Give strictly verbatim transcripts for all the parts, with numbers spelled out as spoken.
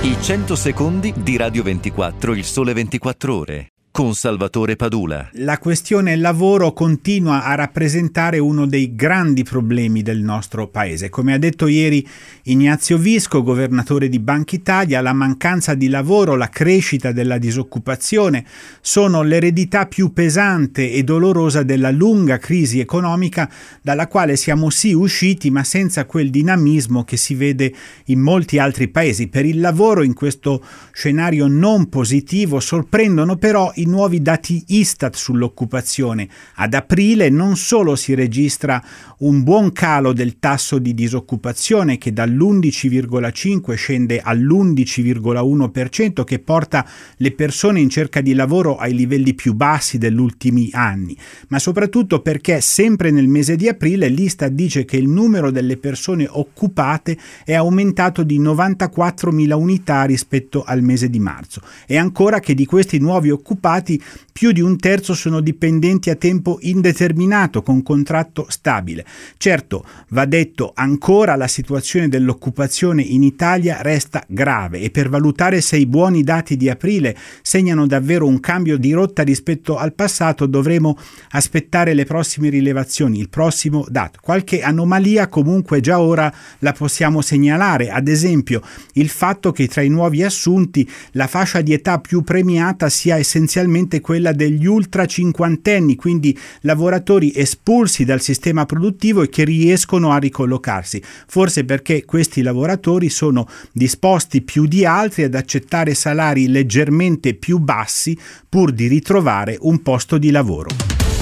I cento secondi di Radio ventiquattro, il sole ventiquattro ore, con Salvatore Padula. La questione lavoro continua a rappresentare uno dei grandi problemi del nostro paese. Come ha detto ieri Ignazio Visco, governatore di Banca Italia, la mancanza di lavoro, la crescita della disoccupazione sono l'eredità più pesante e dolorosa della lunga crisi economica dalla quale siamo sì usciti, ma senza quel dinamismo che si vede in molti altri paesi. Per il lavoro in questo scenario non positivo sorprendono però i nuovi dati Istat sull'occupazione. Ad aprile non solo si registra un buon calo del tasso di disoccupazione che dall'undici virgola cinque scende all'undici virgola uno per cento, che porta le persone in cerca di lavoro ai livelli più bassi degli ultimi anni, ma soprattutto perché sempre nel mese di aprile l'Istat dice che il numero delle persone occupate è aumentato di novantaquattromila unità rispetto al mese di marzo, e ancora che di questi nuovi occupati più di un terzo sono dipendenti a tempo indeterminato con contratto stabile. Certo, va detto, ancora la situazione dell'occupazione in Italia resta grave e per valutare se i buoni dati di aprile segnano davvero un cambio di rotta rispetto al passato dovremo aspettare le prossime rilevazioni, il prossimo dato. Qualche anomalia comunque già ora la possiamo segnalare, ad esempio il fatto che tra i nuovi assunti la fascia di età più premiata sia essenzialmente quella degli ultra cinquantenni, quindi lavoratori espulsi dal sistema produttivo e che riescono a ricollocarsi, forse perché questi lavoratori sono disposti più di altri ad accettare salari leggermente più bassi pur di ritrovare un posto di lavoro.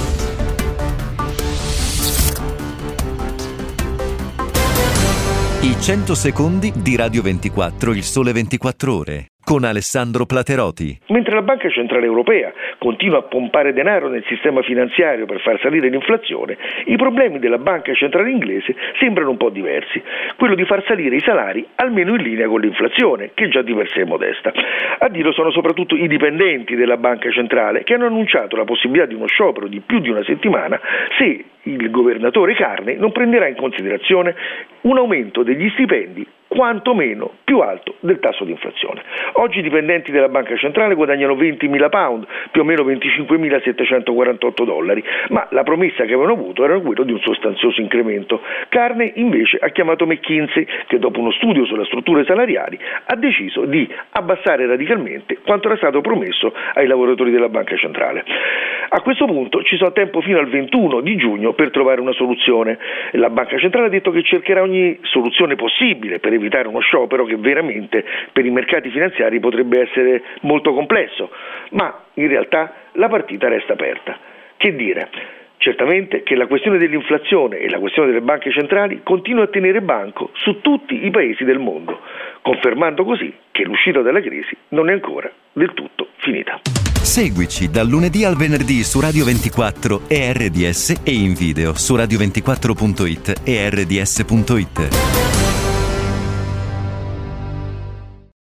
I cento secondi di Radio ventiquattro, il sole ventiquattro ore, con Alessandro Plateroti. Mentre la Banca Centrale Europea continua a pompare denaro nel sistema finanziario per far salire l'inflazione, i problemi della Banca Centrale Inglese sembrano un po' diversi. Quello di far salire i salari almeno in linea con l'inflazione, che già di per sé è modesta. A dirlo sono soprattutto i dipendenti della Banca Centrale, che hanno annunciato la possibilità di uno sciopero di più di una settimana se il governatore Carney non prenderà in considerazione un aumento degli stipendi quantomeno più alto del tasso di inflazione. Oggi i dipendenti della Banca Centrale guadagnano ventimila pound, più o meno venticinquemilasettecentoquarantotto dollari, ma la promessa che avevano avuto era quello di un sostanzioso incremento. Carney invece ha chiamato McKinsey, che dopo uno studio sulle strutture salariali ha deciso di abbassare radicalmente quanto era stato promesso ai lavoratori della Banca Centrale. A questo punto ci sono tempo fino al ventuno di giugno per trovare una soluzione. La Banca Centrale ha detto che cercherà ogni soluzione possibile per evitare uno sciopero che veramente per i mercati finanziari potrebbe essere molto complesso, ma in realtà la partita resta aperta. Che dire? Certamente che la questione dell'inflazione e la questione delle banche centrali continua a tenere banco su tutti i paesi del mondo, confermando così che l'uscita dalla crisi non è ancora del tutto finita. Seguici dal lunedì al venerdì su Radio ventiquattro e R D S e in video su radio ventiquattro punto it e R D S punto it.